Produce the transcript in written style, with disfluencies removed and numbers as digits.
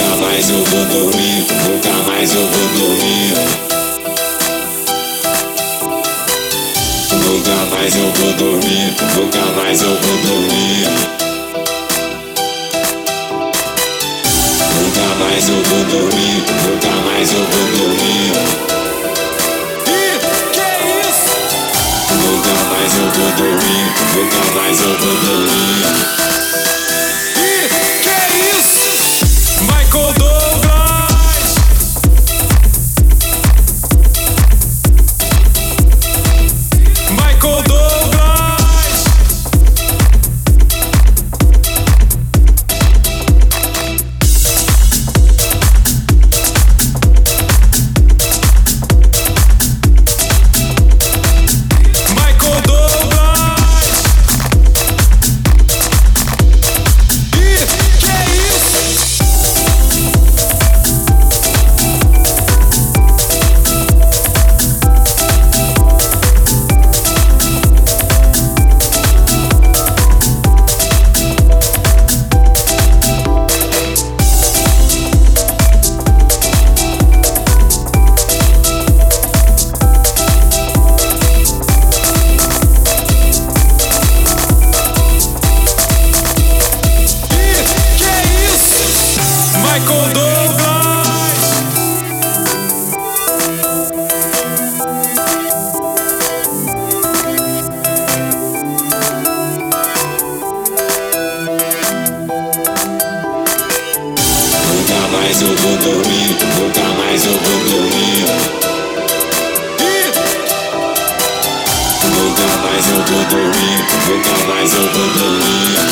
Nunca mais eu vou dormir, nunca mais eu vou dormir. Nunca mais eu vou dormir, nunca mais eu vou dormir. Nunca mais eu vou dormir, nunca mais eu vou dormir. Que é isso? Nunca mais eu vou dormir, nunca mais eu vou dormir. Que é isso? Michael Douglas. Michael Douglas. Michael Douglas. Que é isso? Que é isso? Michael Douglas. Nunca mais eu vou dormir, nunca mais eu vou dormir. Nunca mais eu vou dormir, nunca mais eu vou dormir.